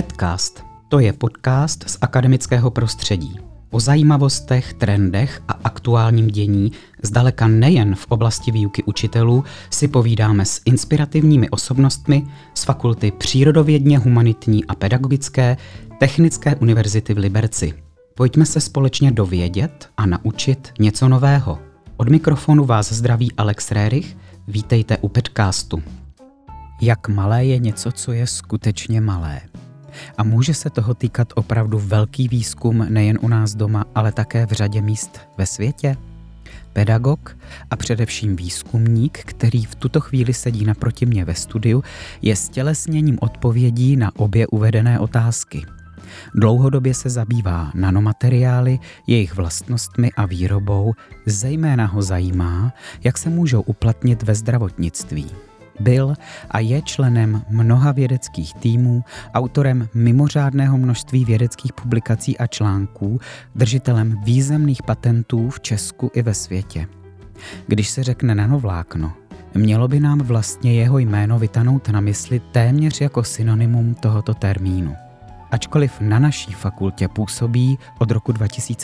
Petcast, to je podcast z akademického prostředí. O zajímavostech, trendech a aktuálním dění, zdaleka nejen v oblasti výuky učitelů, si povídáme s inspirativními osobnostmi z fakulty přírodovědně humanitní a pedagogické Technické univerzity v Liberci. Pojďme se společně dovědět a naučit něco nového. Od mikrofonu vás zdraví Alex Rérich, vítejte u Petcastu. Jak malé je něco, co je skutečně malé? A může se toho týkat opravdu velký výzkum nejen u nás doma, ale také v řadě míst ve světě? Pedagog a především výzkumník, který v tuto chvíli sedí naproti mě ve studiu, je ztělesněním odpovědí na obě uvedené otázky. Dlouhodobě se zabývá nanomateriály, jejich vlastnostmi a výrobou, zejména ho zajímá, jak se můžou uplatnit ve zdravotnictví. Byl a je členem mnoha vědeckých týmů, autorem mimořádného množství vědeckých publikací a článků, držitelem významných patentů v Česku i ve světě. Když se řekne nanovlákno, mělo by nám vlastně jeho jméno vytanout na mysli téměř jako synonymum tohoto termínu. Ačkoliv na naší fakultě působí od roku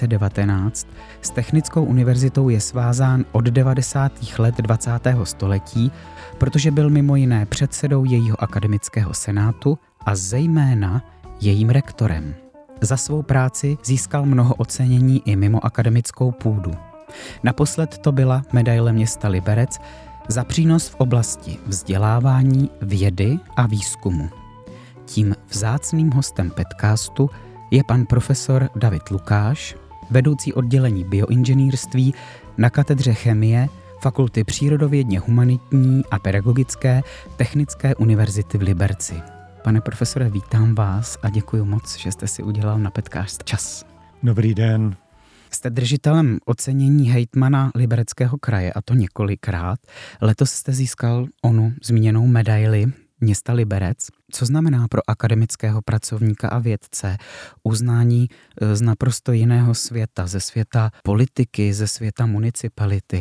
2019, s Technickou univerzitou je svázán od 90. let 20. století, protože byl mimo jiné předsedou jejího akademického senátu a zejména jejím rektorem. Za svou práci získal mnoho ocenění i mimo akademickou půdu. Naposled to byla medaile města Liberec za přínos v oblasti vzdělávání, vědy a výzkumu. Tím vzácným hostem Petcastu je pan profesor David Lukáš, vedoucí oddělení bioinženýrství na katedře chemie Fakulty přírodovědně humanitní a pedagogické Technické univerzity v Liberci. Pane profesore, vítám vás a děkuji moc, že jste si udělal na Petcast čas. Dobrý den. Jste držitelem ocenění hejtmana Libereckého kraje, a to několikrát. Letos jste získal onu zmíněnou medaili města Liberec. Co znamená pro akademického pracovníka a vědce uznání z naprosto jiného světa, ze světa politiky, ze světa municipality?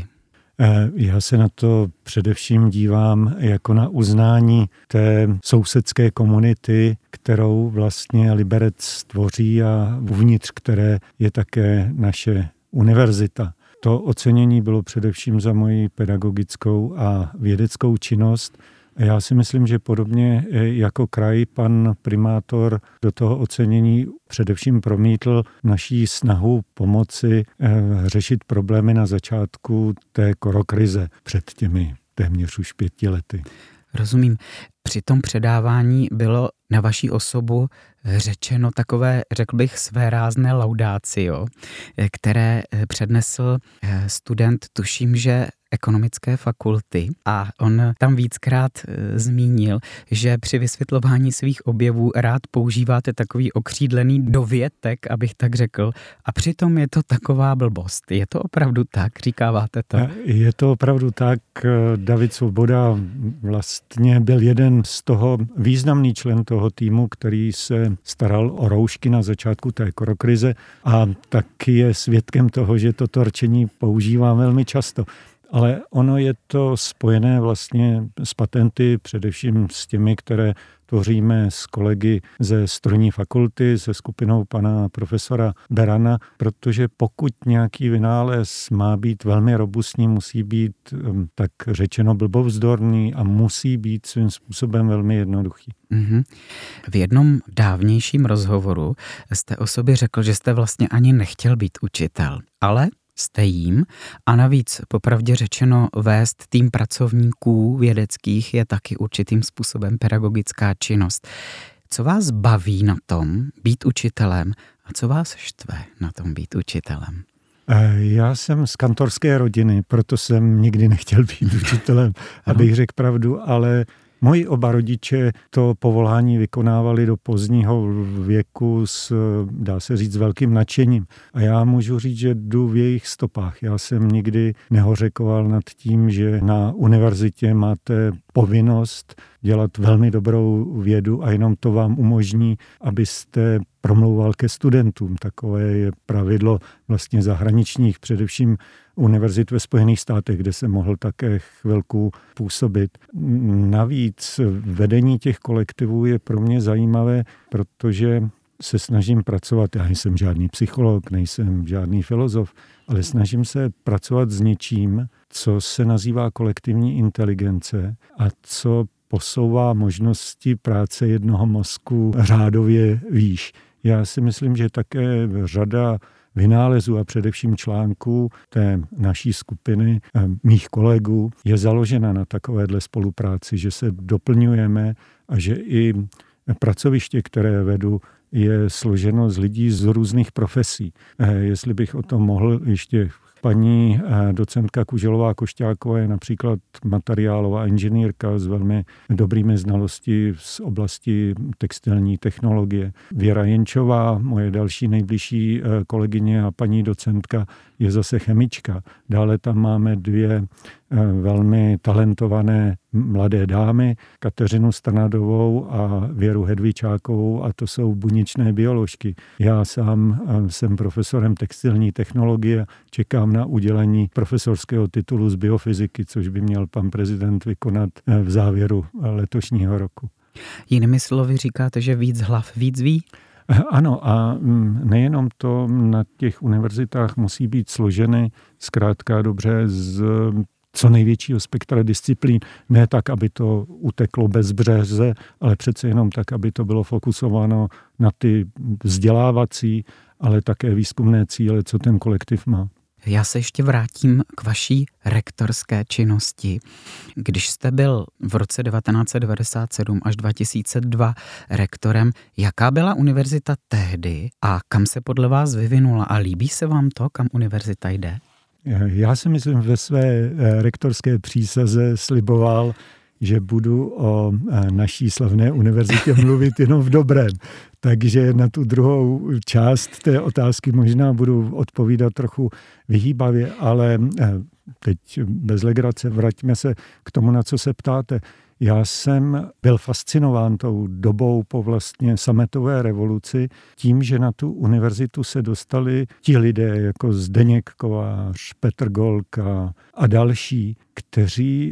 Já se na to především dívám jako na uznání té sousedské komunity, kterou vlastně Liberec tvoří a uvnitř které je také naše univerzita. To ocenění bylo především za moji pedagogickou a vědeckou činnost. Já si myslím, že podobně jako kraj pan primátor do toho ocenění především promítl naší snahu pomoci řešit problémy na začátku té korokrize před těmi téměř už 5 lety. Rozumím. Při tom předávání bylo na vaší osobu řečeno takové, řekl bych, svérázné laudácio, které přednesl student, tuším, že ekonomické fakulty, a on tam víckrát zmínil, že při vysvětlování svých objevů rád používáte takový okřídlený dovětek, abych tak řekl, a přitom je to taková blbost. Je to opravdu tak? Říkáváte to? Je to opravdu tak. David Svoboda vlastně byl jeden z toho významný člen toho týmu, který se staral o roušky na začátku té korokrize a taky je svědkem toho, že toto rčení používá velmi často. Ale ono je to spojené vlastně s patenty, především s těmi, které tvoříme s kolegy ze strojní fakulty, se skupinou pana profesora Berana, protože pokud nějaký vynález má být velmi robustní, musí být, tak řečeno, blbovzdorný a musí být svým způsobem velmi jednoduchý. Mm-hmm. V jednom dávnějším rozhovoru jste o sobě řekl, že jste vlastně ani nechtěl být učitel, ale jste jím, a navíc popravdě řečeno vést tým pracovníků vědeckých je taky určitým způsobem pedagogická činnost. Co vás baví na tom být učitelem a co vás štve na tom být učitelem? Já jsem z kantorské rodiny, proto jsem nikdy nechtěl být učitelem, abych řekl pravdu, ale moji oba rodiče to povolání vykonávali do pozdního věku s, dá se říct, velkým nadšením. A já můžu říct, že jdu v jejich stopách. Já jsem nikdy nehořekoval nad tím, že na univerzitě máte povinnost dělat velmi dobrou vědu a jenom to vám umožní, abyste promlouval ke studentům. Takové je pravidlo vlastně zahraničních, především univerzit ve Spojených státech, kde se mohl také chvilku působit. Navíc vedení těch kolektivů je pro mě zajímavé, protože se snažím pracovat, já nejsem žádný psycholog, nejsem žádný filozof, ale snažím se pracovat s něčím, co se nazývá kolektivní inteligence a co posouvá možnosti práce jednoho mozku řádově výš. Já si myslím, že také řada vynálezů a především článků té naší skupiny, mých kolegů, je založena na takovéhle spolupráci, že se doplňujeme a že i pracoviště, které vedu, je složeno z lidí z různých profesí. Jestli bych o tom mohl ještě, paní docentka Kuželová-Košťáková je například materiálová inženýrka s velmi dobrými znalosti z oblasti textilní technologie. Věra Jenčová, moje další nejbližší kolegyně a paní docentka, je zase chemička. Dále tam máme dvě velmi talentované mladé dámy, Kateřinu Strnadovou a Věru Hedvičákovou, a to jsou buněčné bioložky. Já sám jsem profesorem textilní technologie, čekám na udělení profesorského titulu z biofyziky, což by měl pan prezident vykonat v závěru letošního roku. Jinými slovy říkáte, že víc hlav víc ví? Ano, a nejenom to, na těch univerzitách musí být složeny zkrátka dobře z co největšího spektra disciplín. Ne tak, aby to uteklo bez břeže, ale přece jenom tak, aby to bylo fokusováno na ty vzdělávací, ale také výzkumné cíle, co ten kolektiv má. Já se ještě vrátím k vaší rektorské činnosti. Když jste byl v roce 1997 až 2002 rektorem, jaká byla univerzita tehdy a kam se podle vás vyvinula? A líbí se vám to, kam univerzita jde? Já si myslím, ve své rektorské přísaze sliboval, že budu o naší slavné univerzitě mluvit jenom v dobrém. Takže na tu druhou část té otázky možná budu odpovídat trochu vyhýbavě, ale teď bez legrace vraťme se k tomu, na co se ptáte. Já jsem byl fascinován tou dobou po vlastně sametové revoluci tím, že na tu univerzitu se dostali ti lidé jako Zdeněk Kovář, Petr Golka a další, kteří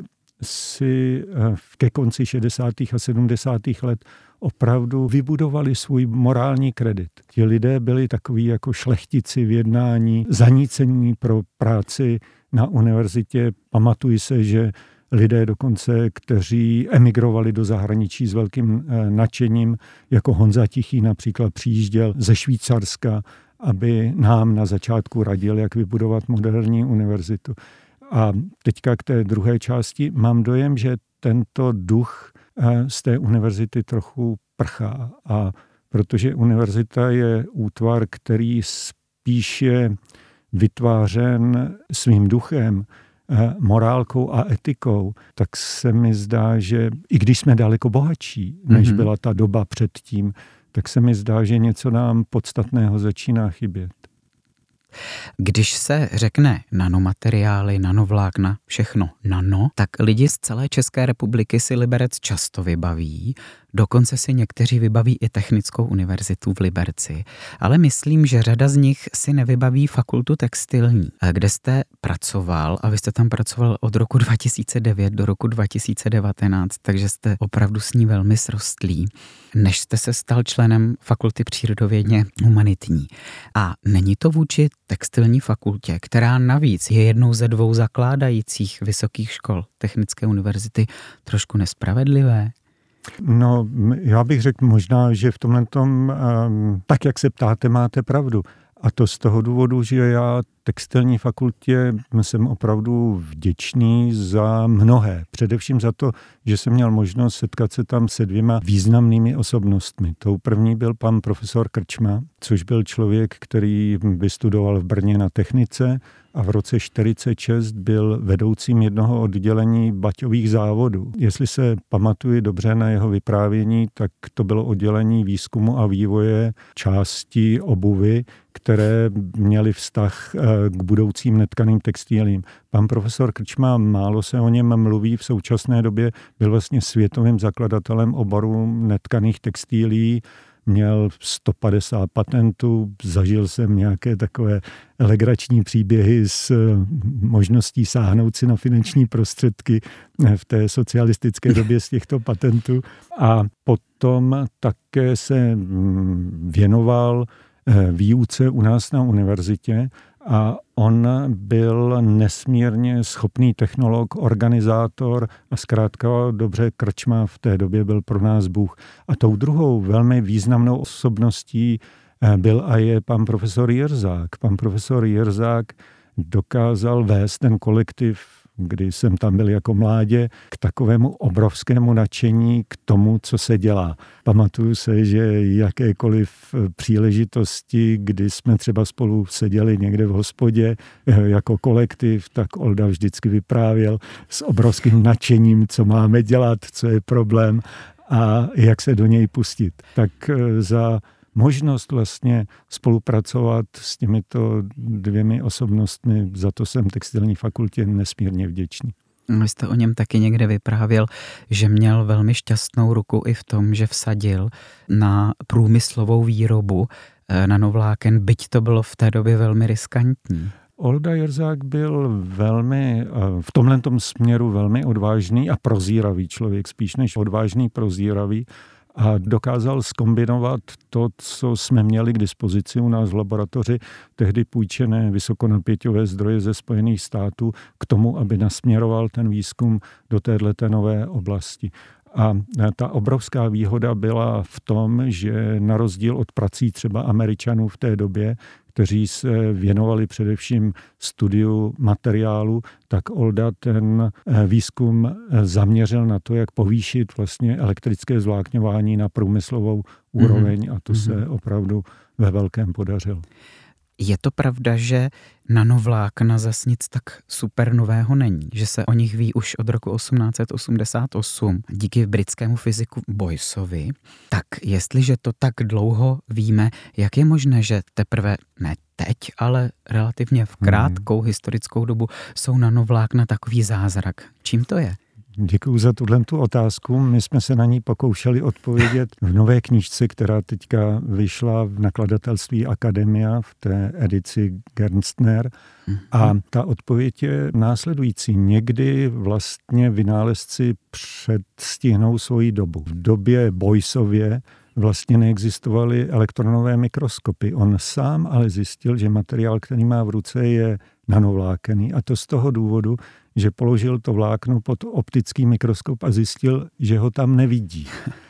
si ke konci 60. a 70. let opravdu vybudovali svůj morální kredit. Ti lidé byli takoví jako šlechtici v jednání, zanícení pro práci na univerzitě. Pamatuji se, že lidé dokonce, kteří emigrovali do zahraničí s velkým nadšením, jako Honza Tichý například přijížděl ze Švýcarska, aby nám na začátku radil, jak vybudovat moderní univerzitu. A teďka k té druhé části mám dojem, že tento duch z té univerzity trochu prchá. A protože univerzita je útvar, který spíše vytvářen svým duchem, morálkou a etikou, tak se mi zdá, že i když jsme daleko bohatší, než byla ta doba předtím, tak se mi zdá, že něco nám podstatného začíná chybět. Když se řekne nanomateriály, nanovlákna, všechno nano, tak lidi z celé České republiky si Liberec často vybaví. Dokonce si někteří vybaví i Technickou univerzitu v Liberci. Ale myslím, že řada z nich si nevybaví fakultu textilní, kde jste pracoval, a vy jste tam pracoval od roku 2009 do roku 2019, takže jste opravdu s ní velmi srostlí, než jste se stal členem fakulty přírodovědně humanitní. A není to vůči textilní fakultě, která navíc je jednou ze dvou zakládajících vysokých škol Technické univerzity, trošku nespravedlivé? No, já bych řekl možná, že v tomhletom, tak jak se ptáte, máte pravdu. A to z toho důvodu, že já textilní fakultě jsem opravdu vděčný za mnohé. Především za to, že jsem měl možnost setkat se tam se dvěma významnými osobnostmi. Tou první byl pan profesor Krčma, což byl člověk, který vystudoval v Brně na technice a v roce 1946 byl vedoucím jednoho oddělení baťových závodů. Jestli se pamatuji dobře na jeho vyprávění, tak to bylo oddělení výzkumu a vývoje části obuvy, které měly vztah k budoucím netkaným textilím. Pan profesor Krčma, málo se o něm mluví, v současné době byl vlastně světovým zakladatelem oboru netkaných textilí, měl 150 patentů, zažil jsem nějaké takové legrační příběhy s možností sáhnout si na finanční prostředky v té socialistické době z těchto patentů. A potom také se věnoval výuce u nás na univerzitě a on byl nesmírně schopný technolog, organizátor a zkrátka dobře Krčma v té době byl pro nás bůh. A tou druhou velmi významnou osobností byl a je pan profesor Jirzák. Pan profesor Jirzák dokázal vést ten kolektiv, kdy jsem tam byl jako mládě, k takovému obrovskému nadšení k tomu, co se dělá. Pamatuju se, že jakékoliv příležitosti, kdy jsme třeba spolu seděli někde v hospodě jako kolektiv, tak Olda vždycky vyprávěl s obrovským nadšením, co máme dělat, co je problém a jak se do něj pustit. Tak za možnost vlastně spolupracovat s těmito dvěmi osobnostmi, za to jsem textilní fakultě nesmírně vděčný. Vy jste o něm taky někde vyprávěl, že měl velmi šťastnou ruku i v tom, že vsadil na průmyslovou výrobu nanovláken, byť to bylo v té době velmi riskantní. Olda Jirzák byl velmi, v tomhletom směru velmi odvážný a prozíravý člověk, spíš než odvážný, prozíravý. A dokázal zkombinovat to, co jsme měli k dispozici u nás v laboratoři, tehdy půjčené vysokonapěťové zdroje ze Spojených států, k tomu, aby nasměroval ten výzkum do téhleté nové oblasti. A ta obrovská výhoda byla v tom, že na rozdíl od prací třeba Američanů v té době, kteří se věnovali především studiu materiálu, tak Olda ten výzkum zaměřil na to, jak povýšit vlastně elektrické zvlákňování na průmyslovou úroveň a to se opravdu ve velkém podařilo. Je to pravda, že nanovlákna zas nic tak super nového není, že se o nich ví už od roku 1888 díky britskému fyziku Boysovi. Tak jestliže to tak dlouho víme, jak je možné, že teprve ne teď, ale relativně v krátkou historickou dobu jsou nanovlákna takový zázrak? Čím to je? Děkuji za tu otázku. My jsme se na ní pokoušeli odpovědět v nové knížce, která teďka vyšla v nakladatelství Akademia v té edici Gerstner. A ta odpověď je následující. Někdy vlastně vynálezci předstihnou svoji dobu. V době Boysově vlastně neexistovaly elektronové mikroskopy. On sám ale zjistil, že materiál, který má v ruce, je nanovlákený. A to z toho důvodu, že položil to vlákno pod optický mikroskop a zjistil, že ho tam nevidí.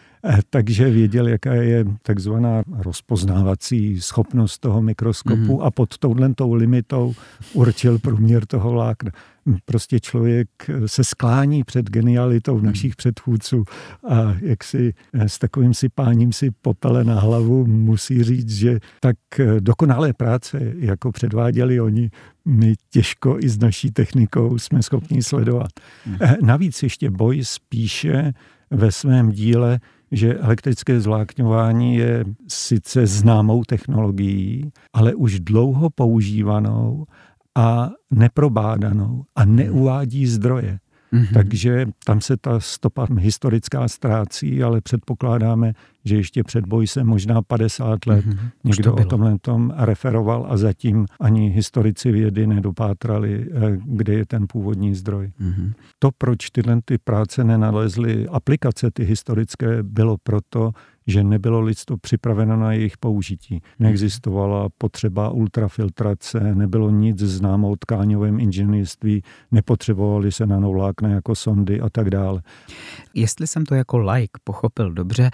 Takže věděl, jaká je takzvaná rozpoznávací schopnost toho mikroskopu a pod touhletou limitou určil průměr toho vlákna. Prostě člověk se sklání před genialitou našich předchůdců a jak si s takovým sypáním si popele na hlavu musí říct, že tak dokonalé práce, jako předváděli oni, my těžko i s naší technikou jsme schopni sledovat. Navíc ještě Boyce píše ve svém díle, že elektrické zvlákňování je sice známou technologií, ale už dlouho používanou a neprobádanou a neuvádí zdroje. Takže tam se ta stopa historická ztrácí, ale předpokládáme, že ještě před Boysem možná 50 let někdo o tomhle referoval a zatím ani historici vědy nedopátrali, kde je ten původní zdroj. To, proč tyhle práce nenalezly aplikace, ty historické, bylo proto, že nebylo lidstvo připraveno na jejich použití. Neexistovala potřeba ultrafiltrace, nebylo nic známo o tkáňovém inženýrství, nepotřebovaly se nanovlákna jako sondy a tak dále. Jestli jsem to jako laik pochopil dobře,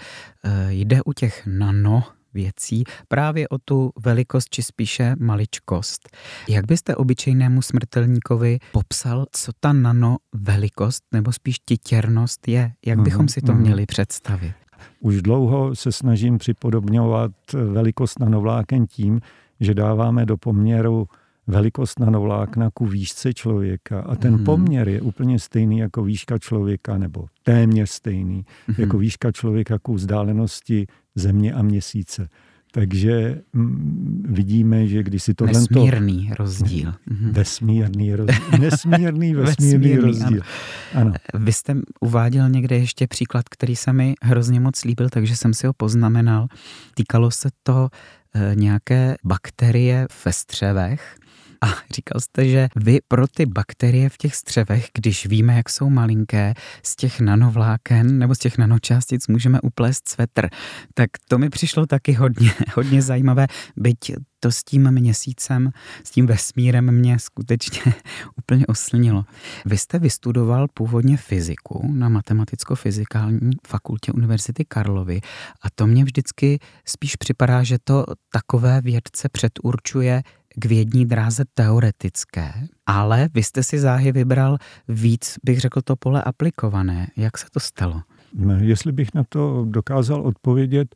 jde u těch nano věcí právě o tu velikost, či spíše maličkost. Jak byste obyčejnému smrtelníkovi popsal, co ta nano velikost nebo spíš titěrnost je? Jak bychom si to měli představit? Už dlouho se snažím připodobňovat velikost nanovláken tím, že dáváme do poměru velikost nanovlákna ku výšce člověka a ten poměr je úplně stejný jako výška člověka nebo téměř stejný jako výška člověka ku vzdálenosti Země a Měsíce. Takže vidíme, že když si tohle... Nesmírný rozdíl. Vesmírný rozdíl. Nesmírný vesmírný rozdíl. Ano. Vy jste uváděl někde ještě příklad, který se mi hrozně moc líbil, takže jsem si ho poznamenal. Týkalo se to nějaké bakterie ve střevech. A říkal jste, že vy pro ty bakterie v těch střevech, když víme, jak jsou malinké, z těch nanovláken nebo z těch nanočástic můžeme uplést svetr. Tak to mi přišlo taky hodně zajímavé, byť to s tím měsícem, s tím vesmírem mě skutečně úplně oslnilo. Vy jste vystudoval původně fyziku na Matematicko-fyzikální fakultě Univerzity Karlovy a to mě vždycky spíš připadá, že to takové vědce předurčuje k vědní dráze teoretické, ale vy jste si záhy vybral víc, bych řekl, to pole aplikované. Jak se to stalo? Jestli bych na to dokázal odpovědět,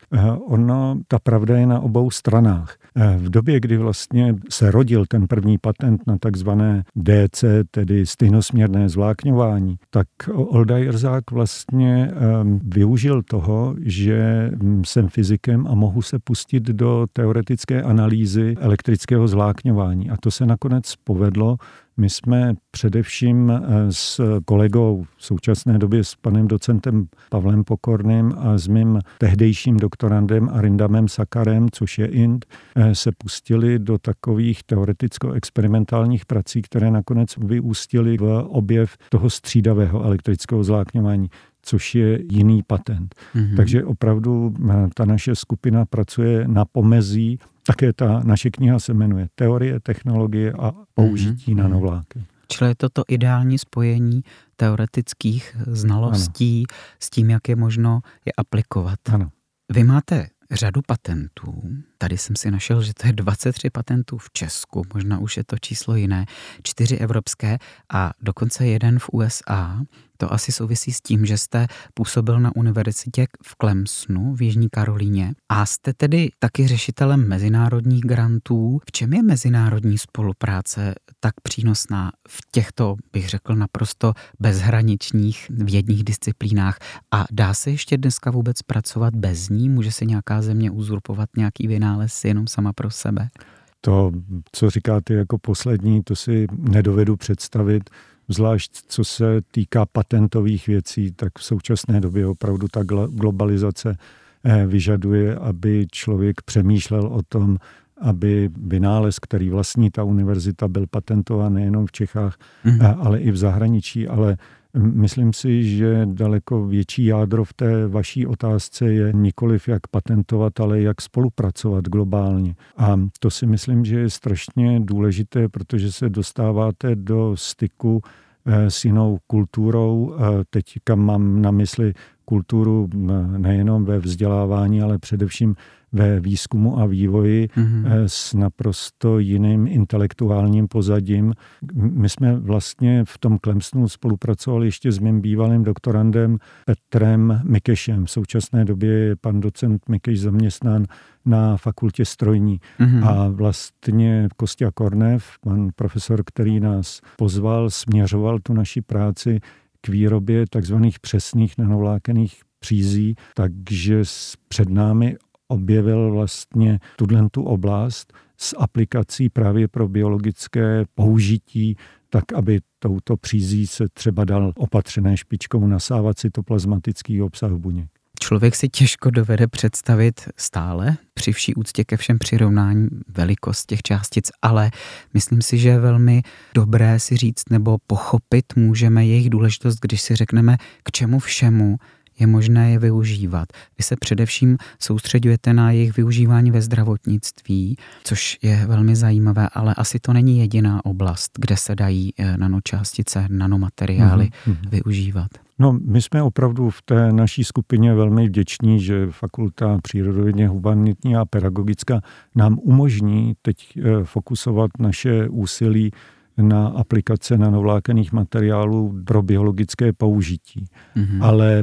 ta pravda je na obou stranách. V době, kdy vlastně se rodil ten první patent na takzvané DC, tedy stejnosměrné zvlákňování, tak Olda Jirzák vlastně využil toho, že jsem fyzikem a mohu se pustit do teoretické analýzy elektrického zvlákňování. A to se nakonec povedlo. My jsme především s kolegou v současné době s panem docentem Pavlem Pokorným a s mým tehdejším doktorandem Arindamem Sakarem, což je Ind, se pustili do takových teoreticko-experimentálních prací, které nakonec vyústily v objev toho střídavého elektrického zvlákňování, což je jiný patent. Takže opravdu ta naše skupina pracuje na pomezí. Také ta naše kniha se jmenuje Teorie, technologie a použití nanovláken. Čili je to ideální spojení teoretických znalostí s tím, jak je možno je aplikovat. Ano. Vy máte řadu patentů. Tady jsem si našel, že to je 23 patentů v Česku, možná už je to číslo jiné, 4 evropské a dokonce 1 v USA. To asi souvisí s tím, že jste působil na univerzitě v Clemsonu v Jižní Karolíně a jste tedy taky řešitelem mezinárodních grantů. V čem je mezinárodní spolupráce tak přínosná v těchto, bych řekl, naprosto bezhraničních vědních disciplínách a dá se ještě dneska vůbec pracovat bez ní? Může se nějaká země uzurpovat nějaký vynález jenom sama pro sebe? To, co říkáte jako poslední, to si nedovedu představit. Zvlášť co se týká patentových věcí, tak v současné době opravdu ta globalizace vyžaduje, aby člověk přemýšlel o tom, aby vynález, který vlastní ta univerzita, byl patentován nejenom v Čechách, ale i v zahraničí. Ale myslím si, že daleko větší jádro v té vaší otázce je nikoliv jak patentovat, ale jak spolupracovat globálně. A to si myslím, že je strašně důležité, protože se dostáváte do styku s jinou kulturou. Teďka mám na mysli kulturu nejenom ve vzdělávání, ale především ve výzkumu a vývoji s naprosto jiným intelektuálním pozadím. My jsme vlastně v tom Clemsonu spolupracovali ještě s mým bývalým doktorandem Petrem Mikešem. V současné době je pan docent Mikeš zaměstnán na fakultě strojní. A vlastně Kostya Kornev, pan profesor, který nás pozval, směřoval tu naši práci k výrobě takzvaných přesných nanovlákenných přízí, takže před námi objevil vlastně tu oblast s aplikací právě pro biologické použití, tak aby touto přízí se třeba dal opatřené špičkou nasávat cytoplazmatický obsah buněk. Člověk si těžko dovede představit stále, při vší úctě ke všem přirovnání, velikost těch částic, ale myslím si, že je velmi dobré si říct nebo pochopit můžeme jejich důležitost, když si řekneme, k čemu všemu je možné je využívat. Vy se především soustředujete na jejich využívání ve zdravotnictví, což je velmi zajímavé, ale asi to není jediná oblast, kde se dají nanočástice, nanomateriály využívat. No, my jsme opravdu v té naší skupině velmi vděční, že Fakulta přírodovědně humanitní a pedagogická nám umožní teď fokusovat naše úsilí na aplikace nanovlákenných materiálů pro biologické použití. Ale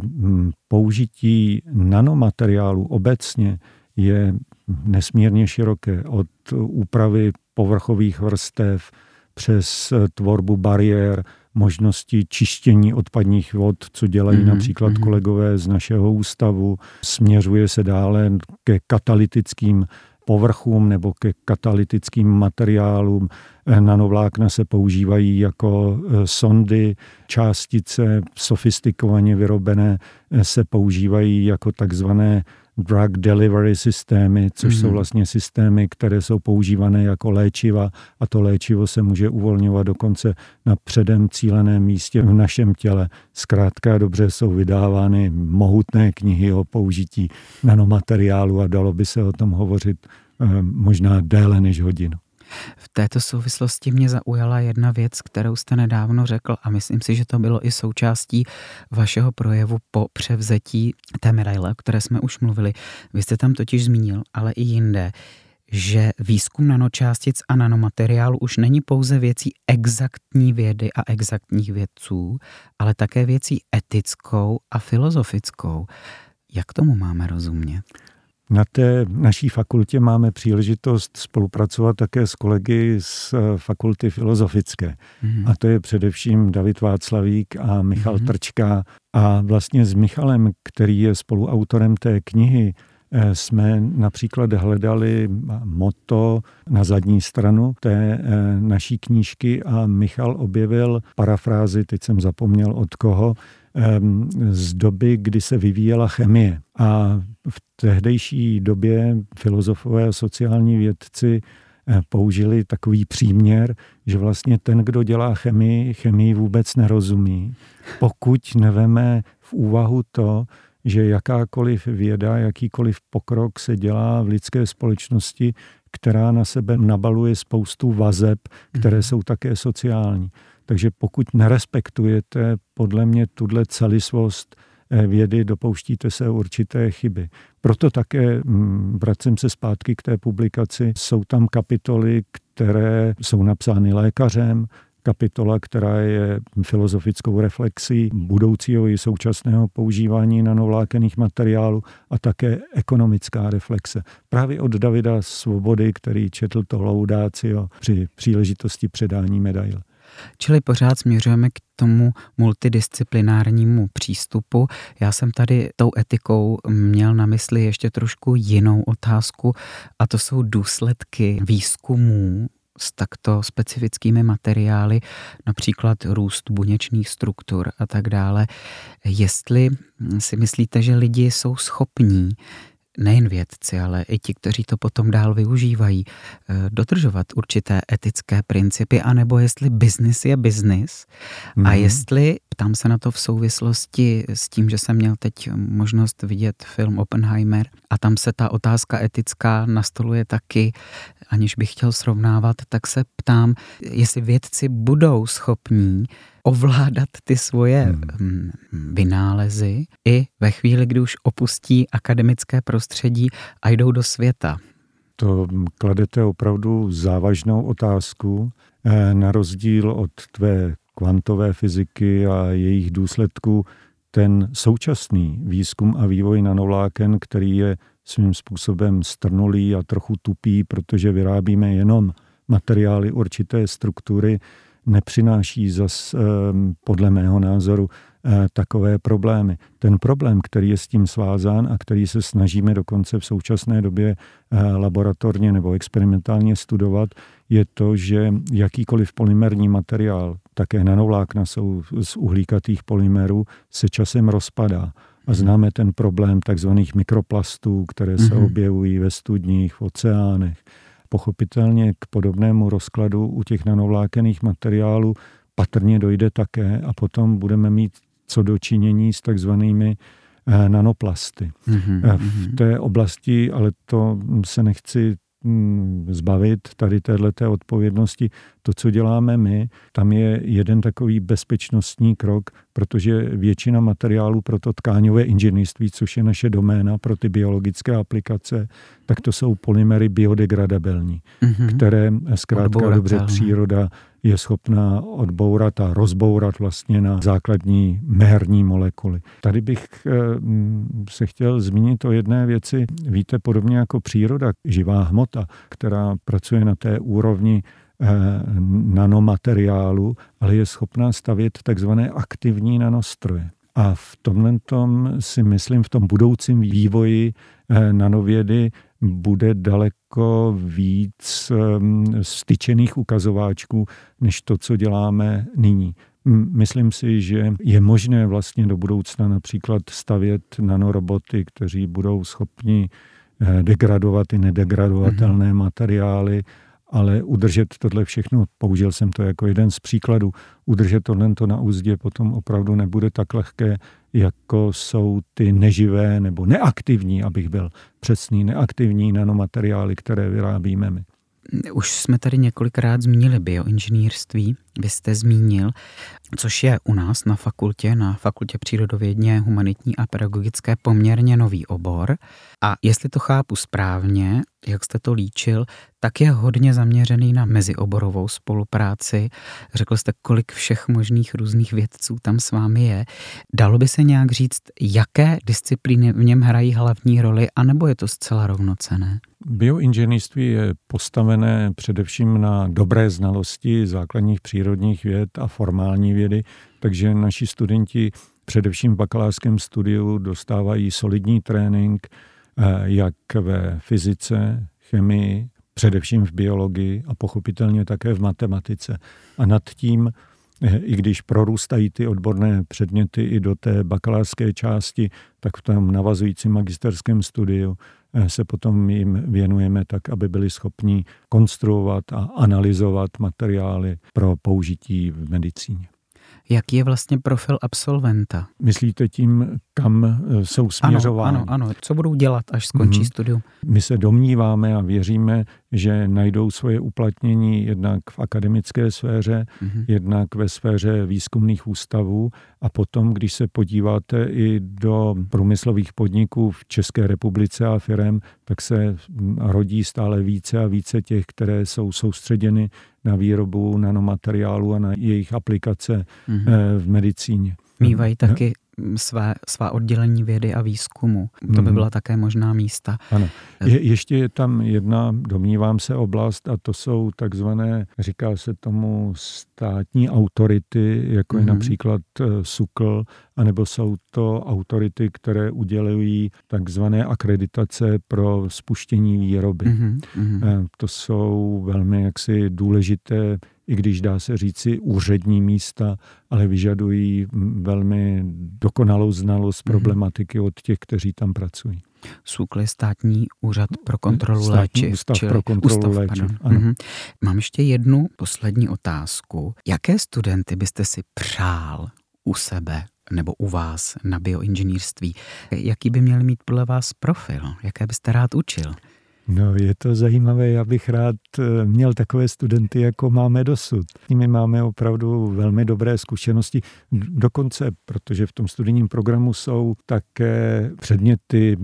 použití nanomateriálů obecně je nesmírně široké. Od úpravy povrchových vrstev přes tvorbu bariér, možnosti čištění odpadních vod, co dělají například kolegové z našeho ústavu. Směřuje se dále ke katalytickým povrchům nebo ke katalytickým materiálům. Nanovlákna se používají jako sondy, částice sofistikovaně vyrobené se používají jako takzvané drug delivery systémy, což jsou vlastně systémy, které jsou používané jako léčiva a to léčivo se může uvolňovat dokonce na předem cíleném místě v našem těle. Zkrátka dobře jsou vydávány mohutné knihy o použití nanomateriálu a dalo by se o tom hovořit možná déle než hodinu. V této souvislosti mě zaujala jedna věc, kterou jste nedávno řekl a myslím si, že to bylo i součástí vašeho projevu po převzetí té medaile, o které jsme už mluvili. Vy jste tam totiž zmínil, ale i jinde, že výzkum nanočástic a nanomateriálu už není pouze věcí exaktní vědy a exaktních vědců, ale také věcí etickou a filozofickou. Jak tomu máme rozumět? Na té naší fakultě máme příležitost spolupracovat také s kolegy z fakulty filozofické. A to je především David Václavík a Michal Trčka. A vlastně s Michalem, který je spoluautorem té knihy, jsme například hledali motto na zadní stranu té naší knížky a Michal objevil parafrázi, teď jsem zapomněl od koho, z doby, kdy se vyvíjela chemie. A v tehdejší době filozofové a sociální vědci použili takový příměr, že vlastně ten, kdo dělá chemii vůbec nerozumí, pokud neveme v úvahu to, že jakákoliv věda, jakýkoliv pokrok se dělá v lidské společnosti, která na sebe nabaluje spoustu vazeb, které jsou také sociální. Takže pokud nerespektujete podle mě tuhle celistvost vědy, dopouštíte se určité chyby. Proto také, vracím se zpátky k té publikaci, jsou tam kapitoly, které jsou napsány lékařem, kapitola, která je filozofickou reflexí budoucího i současného používání nanovlákenných materiálů a také ekonomická reflexe. Právě od Davida Svobody, který četl to Laudatio při příležitosti předání medaile. Čili pořád směřujeme k tomu multidisciplinárnímu přístupu. Já jsem tady tou etikou měl na mysli ještě trošku jinou otázku a to jsou důsledky výzkumů s takto specifickými materiály, například růst buněčných struktur a tak dále. Jestli si myslíte, že lidi jsou schopní, nejen vědci, ale i ti, kteří to potom dál využívají, dodržovat určité etické principy, anebo jestli biznis je biznis a jestli, ptám se na to v souvislosti s tím, že jsem měl teď možnost vidět film Oppenheimer a tam se ta otázka etická nastoluje taky, aniž bych chtěl srovnávat, tak se ptám, jestli vědci budou schopní ovládat ty svoje vynálezy i ve chvíli, kdy už opustí akademické prostředí a jdou do světa. To kladete opravdu závažnou otázku. Na rozdíl od tvé kvantové fyziky a jejich důsledků, ten současný výzkum a vývoj nanovláken, který je svým způsobem strnulý a trochu tupý, protože vyrábíme jenom materiály určité struktury, nepřináší zas podle mého názoru takové problémy. Ten problém, který je s tím svázán a který se snažíme dokonce v současné době laboratorně nebo experimentálně studovat, je to, že jakýkoliv polymerní materiál, také nanovlákna jsou z uhlíkatých polymerů, se časem rozpadá. A známe ten problém takzvaných mikroplastů, které se objevují ve studních, v oceánech. Pochopitelně k podobnému rozkladu u těch nanovlákenných materiálů patrně dojde také a potom budeme mít co dočinění s takzvanými nanoplasty. V té oblasti, ale to se nechci zbavit tady téhleté odpovědnosti. To, co děláme my, tam je jeden takový bezpečnostní krok, protože většina materiálů pro to tkáňové inženýrství, což je naše doména pro ty biologické aplikace, tak to jsou polymery biodegradabilní, které zkrátka dobře příroda je schopná odbourat a rozbourat vlastně na základní meherní molekuly. Tady bych se chtěl zmínit o jedné věci. Víte, podobně jako příroda, živá hmota, která pracuje na té úrovni nanomateriálu, ale je schopná stavět takzvané aktivní nanostroje. A v tomhle si myslím, v tom budoucím vývoji nanovědy bude daleko víc styčených ukazováčků, než to, co děláme nyní. Myslím si, že je možné vlastně do budoucna například stavět nanoroboty, kteří budou schopni degradovat i nedegradovatelné materiály, ale udržet tohle všechno, použil jsem to jako jeden z příkladů, udržet tohle na úzdě potom opravdu nebude tak lehké, jako jsou ty neživé nebo neaktivní, abych byl přesný, neaktivní nanomateriály, které vyrábíme my. Už jsme tady několikrát zmínili bioinženýrství, vy jste zmínil, což je u nás na fakultě přírodovědně, humanitní a pedagogické poměrně nový obor. A jestli to chápu správně, jak jste to líčil, tak je hodně zaměřený na mezioborovou spolupráci. Řekl jste, kolik všech možných různých vědců tam s vámi je. Dalo by se nějak říct, jaké disciplíny v něm hrají hlavní roli, anebo je to zcela rovnocenné? Bioinženýrství je postavené především na dobré znalosti základních přírodních věd a formální vědy, takže naši studenti především v bakalářském studiu dostávají solidní trénink jak ve fyzice, chemii, především v biologii a pochopitelně také v matematice. A nad tím, i když prorůstají ty odborné předměty i do té bakalářské části, tak v tom navazujícím magisterském studiu se potom jim věnujeme tak, aby byli schopni konstruovat a analyzovat materiály pro použití v medicíně. Jaký je vlastně profil absolventa? Myslíte tím, kam jsou směřováni? Ano. Co budou dělat, až skončí studium? My se domníváme a věříme, že najdou svoje uplatnění jednak v akademické sféře, jednak ve sféře výzkumných ústavů a potom, když se podíváte i do průmyslových podniků v České republice a firem, tak se rodí stále více a více těch, které jsou soustředěny na výrobu nanomateriálu a na jejich aplikace v medicíně. Mívají taky svá oddělení vědy a výzkumu. To by byla také možná místa. Ano. Ještě je tam jedna, domnívám se, oblast a to jsou takzvané, říká se tomu státní autority, jako je například SÚKL, anebo jsou to autority, které udělují takzvané akreditace pro spuštění výroby. To jsou velmi jaksi důležité, i když dá se říci úřední místa, ale vyžadují velmi dokonalou znalost problematiky od těch, kteří tam pracují. SÚKL je státní úřad pro kontrolu léčiv. Ústav pro kontrolu léčiv. Mám ještě jednu poslední otázku. Jaké studenty byste si přál u sebe nebo u vás na bioinženýrství? Jaký by měl mít podle vás profil? Jaké byste rád učil? No, je to zajímavé, já bych rád měl takové studenty, jako máme dosud. My máme opravdu velmi dobré zkušenosti, dokonce, protože v tom studijním programu jsou také předměty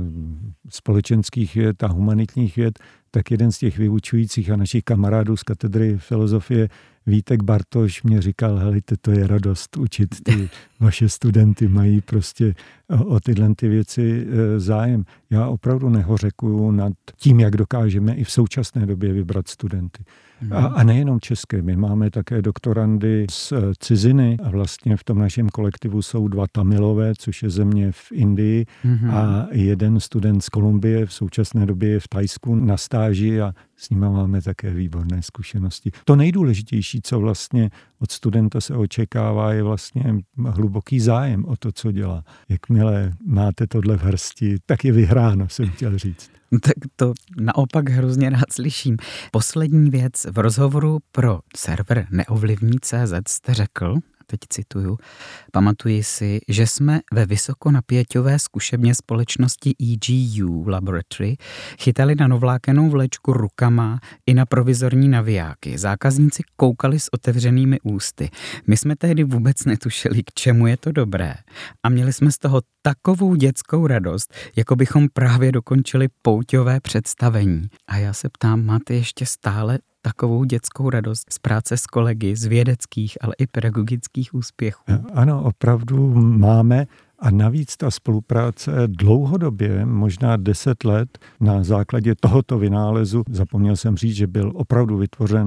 společenských věd a humanitních věd, tak jeden z těch vyučujících a našich kamarádů z katedry filozofie Vítek Bartoš mě říkal, helejte, to je radost učit ty vaše studenty, mají prostě o tyhle ty věci zájem. Já opravdu nehořekuju nad tím, jak dokážeme i v současné době vybrat studenty. A nejenom české, my máme také doktorandy z ciziny a vlastně v tom našem kolektivu jsou 2 Tamilové, což je země v Indii a jeden student z Kolumbie v současné době je v Thajsku na stáži a s nimi máme také výborné zkušenosti. To nejdůležitější, co vlastně od studenta se očekává, je vlastně hluboký zájem o to, co dělá. Jakmile máte tohle v hrsti, tak je vyhráno, jsem chtěl říct. Tak to naopak hrozně rád slyším. Poslední věc. V rozhovoru pro server Neovlivní.cz jste řekl, teď cituju, pamatuji si, že jsme ve vysokonapěťové zkušebně společnosti EGU Laboratory chytali nanovlákenou vlečku rukama i na provizorní navijáky. Zákazníci koukali s otevřenými ústy. My jsme tehdy vůbec netušili, k čemu je to dobré. A měli jsme z toho takovou dětskou radost, jako bychom právě dokončili pouťové představení. A já se ptám, máte ještě stále takovou dětskou radost z práce s kolegy, z vědeckých, ale i pedagogických úspěchů? Ano, opravdu máme. A navíc ta spolupráce dlouhodobě, možná 10 let, na základě tohoto vynálezu, zapomněl jsem říct, že byl opravdu vytvořen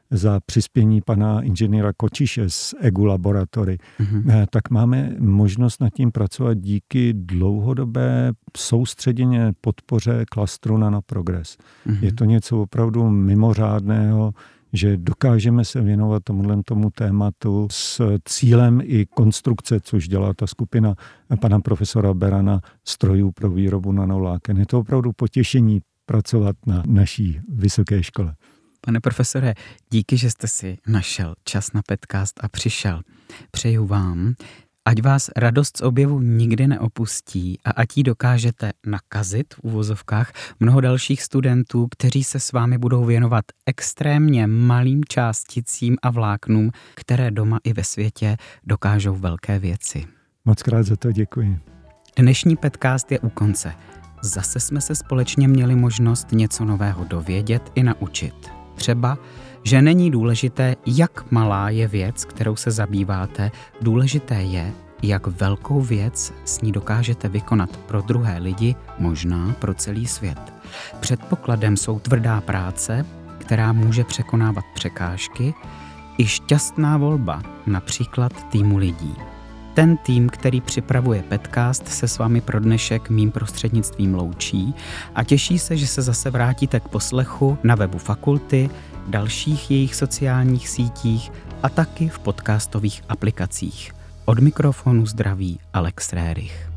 za přispění pana inženýra Kočiše z EGU Laboratory, tak máme možnost nad tím pracovat díky dlouhodobé soustředěné podpoře klastru Nanoprogress. Je to něco opravdu mimořádného, že dokážeme se věnovat tomu tématu s cílem i konstrukce, což dělá ta skupina pana profesora Berana, strojů pro výrobu nanovláken. Je to opravdu potěšení pracovat na naší vysoké škole. Pane profesore, díky, že jste si našel čas na podcast a přišel. Přeju vám, ať vás radost z objevu nikdy neopustí a ať ji dokážete nakazit v uvozovkách mnoho dalších studentů, kteří se s vámi budou věnovat extrémně malým částicím a vláknům, které doma i ve světě dokážou velké věci. Moc krát za to děkuji. Dnešní podcast je u konce. Zase jsme se společně měli možnost něco nového dovědět i naučit. Třeba, že není důležité, jak malá je věc, kterou se zabýváte, důležité je, jak velkou věc s ní dokážete vykonat pro druhé lidi, možná pro celý svět. Předpokladem jsou tvrdá práce, která může překonávat překážky, i šťastná volba, například týmu lidí. Ten tým, který připravuje podcast, se s vámi pro dnešek mým prostřednictvím loučí a těší se, že se zase vrátíte k poslechu na webu fakulty, dalších jejich sociálních sítích a taky v podcastových aplikacích. Od mikrofonu zdraví Alex Rérich.